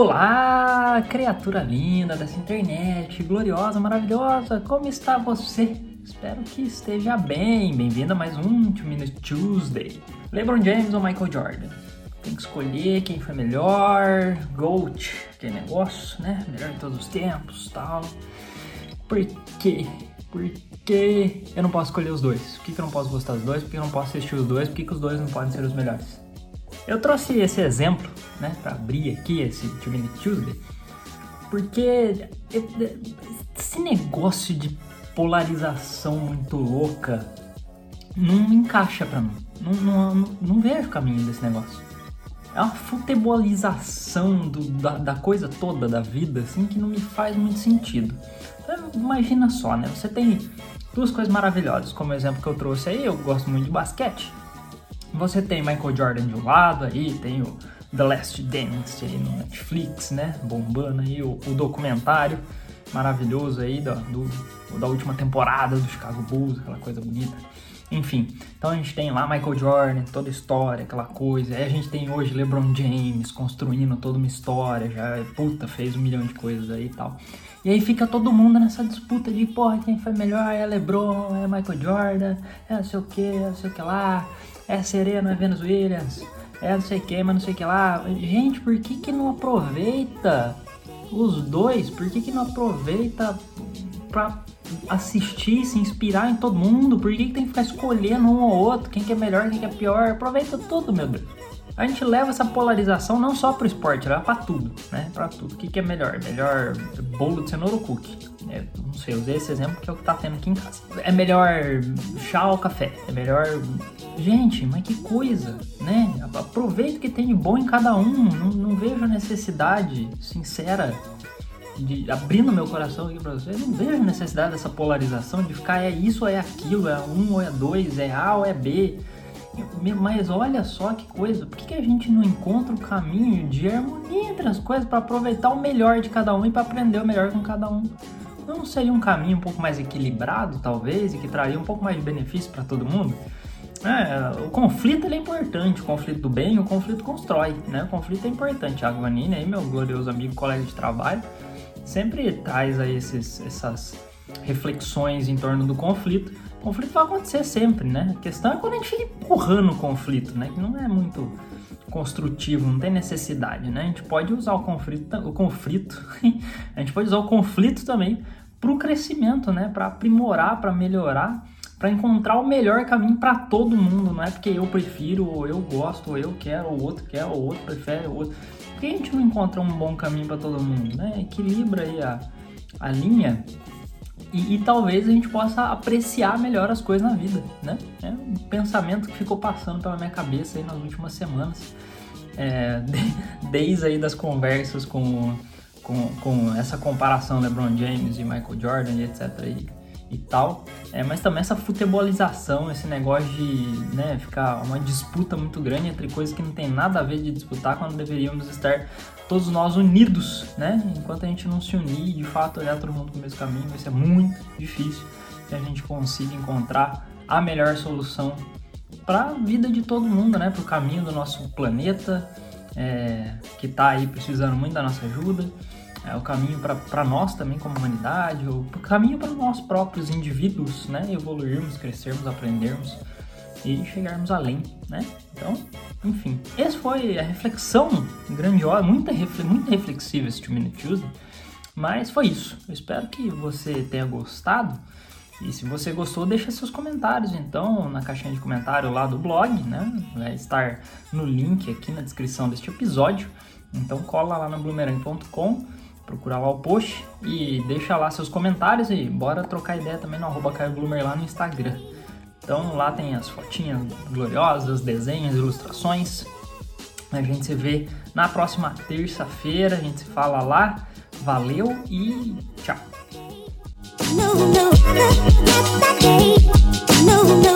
Olá, criatura linda dessa internet, gloriosa, maravilhosa, como está você? Espero que esteja bem. Bem-vindo a mais um 2-Minute Tuesday. LeBron James ou Michael Jordan? Tem que escolher quem foi melhor, GOAT, aquele negócio, né? Melhor de todos os tempos, tal. Por quê? Porque eu não posso escolher os dois. Por que eu não posso gostar dos dois? Por que eu não posso assistir os dois? Por que os dois não podem ser os melhores? Eu trouxe esse exemplo, né, para abrir aqui esse 2-Minute Tuesday, porque esse negócio de polarização muito louca não encaixa pra mim. Não vejo caminho desse negócio. É uma futebolização da coisa toda da vida, assim, que não me faz muito sentido. Então, imagina só, né? Você tem duas coisas maravilhosas, como o exemplo que eu trouxe aí, eu gosto muito de basquete. Você tem Michael Jordan de um lado, aí tem o The Last Dance aí no Netflix, né? Bombando aí o documentário maravilhoso aí da última temporada do Chicago Bulls, aquela coisa bonita. Enfim, então a gente tem lá Michael Jordan, toda a história, aquela coisa. Aí a gente tem hoje LeBron James construindo toda uma história, já, fez 1 milhão de coisas aí e tal. E aí fica todo mundo nessa disputa de, porra, quem foi melhor? É LeBron, é Michael Jordan, é não sei o que lá, é Serena, é Venus Williams, é não sei o que, mas não sei o que lá. Gente, por que não aproveita os dois? Por que não aproveita pra assistir, se inspirar em todo mundo? Por que tem que ficar escolhendo um ou outro, quem que é melhor, quem que é pior? Aproveita tudo, meu Deus. A gente leva essa polarização não só pro esporte, leva pra tudo, né? Pra tudo. O que é melhor? Melhor bolo de cenoura ou cookie? Não sei, eu usei esse exemplo que é o que tá tendo aqui em casa. É melhor chá ou café? É melhor... Gente, mas que coisa, né? Aproveita o que tem de bom em cada um. Não vejo a necessidade sincera abrindo meu coração aqui pra vocês, eu não vejo necessidade dessa polarização de ficar é isso ou é aquilo, é um ou é dois, é A ou é B. Mas olha só que coisa, por que a gente não encontra o caminho de harmonia entre as coisas para aproveitar o melhor de cada um e para aprender o melhor com cada um? Não seria um caminho um pouco mais equilibrado, talvez, e que traria um pouco mais de benefício para todo mundo? O conflito ele é importante, o conflito do bem, o conflito constrói, né? O conflito é importante. Thiago Vanini, aí, meu glorioso amigo, colega de trabalho, sempre traz aí essas reflexões em torno do conflito. O conflito vai acontecer sempre, né? A questão é quando a gente fica empurrando o conflito, né? Que não é muito construtivo, não tem necessidade, né? A gente pode usar a gente pode usar o conflito também para o crescimento, né? Para aprimorar, para melhorar, para encontrar o melhor caminho para todo mundo. Não é porque eu prefiro, ou eu gosto, ou eu quero, ou o outro quer, ou o outro prefere, ou o outro... Por que a gente não encontra um bom caminho para todo mundo, né? Equilibra aí a linha e talvez a gente possa apreciar melhor as coisas na vida, né? É um pensamento que ficou passando pela minha cabeça aí nas últimas semanas, desde aí das conversas com essa comparação LeBron James e Michael Jordan e etc. E tal, mas também essa futebolização, esse negócio de, né, ficar uma disputa muito grande entre coisas que não tem nada a ver de disputar, quando deveríamos estar todos nós unidos, né? Enquanto a gente não se unir e de fato olhar todo mundo pro mesmo caminho, vai ser muito difícil que a gente consiga encontrar a melhor solução para a vida de todo mundo, né? Para o caminho do nosso planeta, que tá aí precisando muito da nossa ajuda. O caminho para nós também como humanidade, o caminho para nós próprios indivíduos, né? Evoluirmos, crescermos, aprendermos e chegarmos além, né? Então, enfim, essa foi a reflexão grandiosa, muito reflexiva esse 2-Minute Tuesday, mas foi isso. Eu espero que você tenha gostado. E se você gostou, deixa seus comentários, então, na caixinha de comentário lá do blog, né? Vai estar no link aqui na descrição deste episódio. Então cola lá no bloomerang.com, procura lá o post e deixa lá seus comentários e bora trocar ideia também no @CaioBloomer lá no Instagram. Então lá tem as fotinhas gloriosas, desenhos, ilustrações. A gente se vê na próxima terça-feira, a gente se fala lá. Valeu e tchau! No,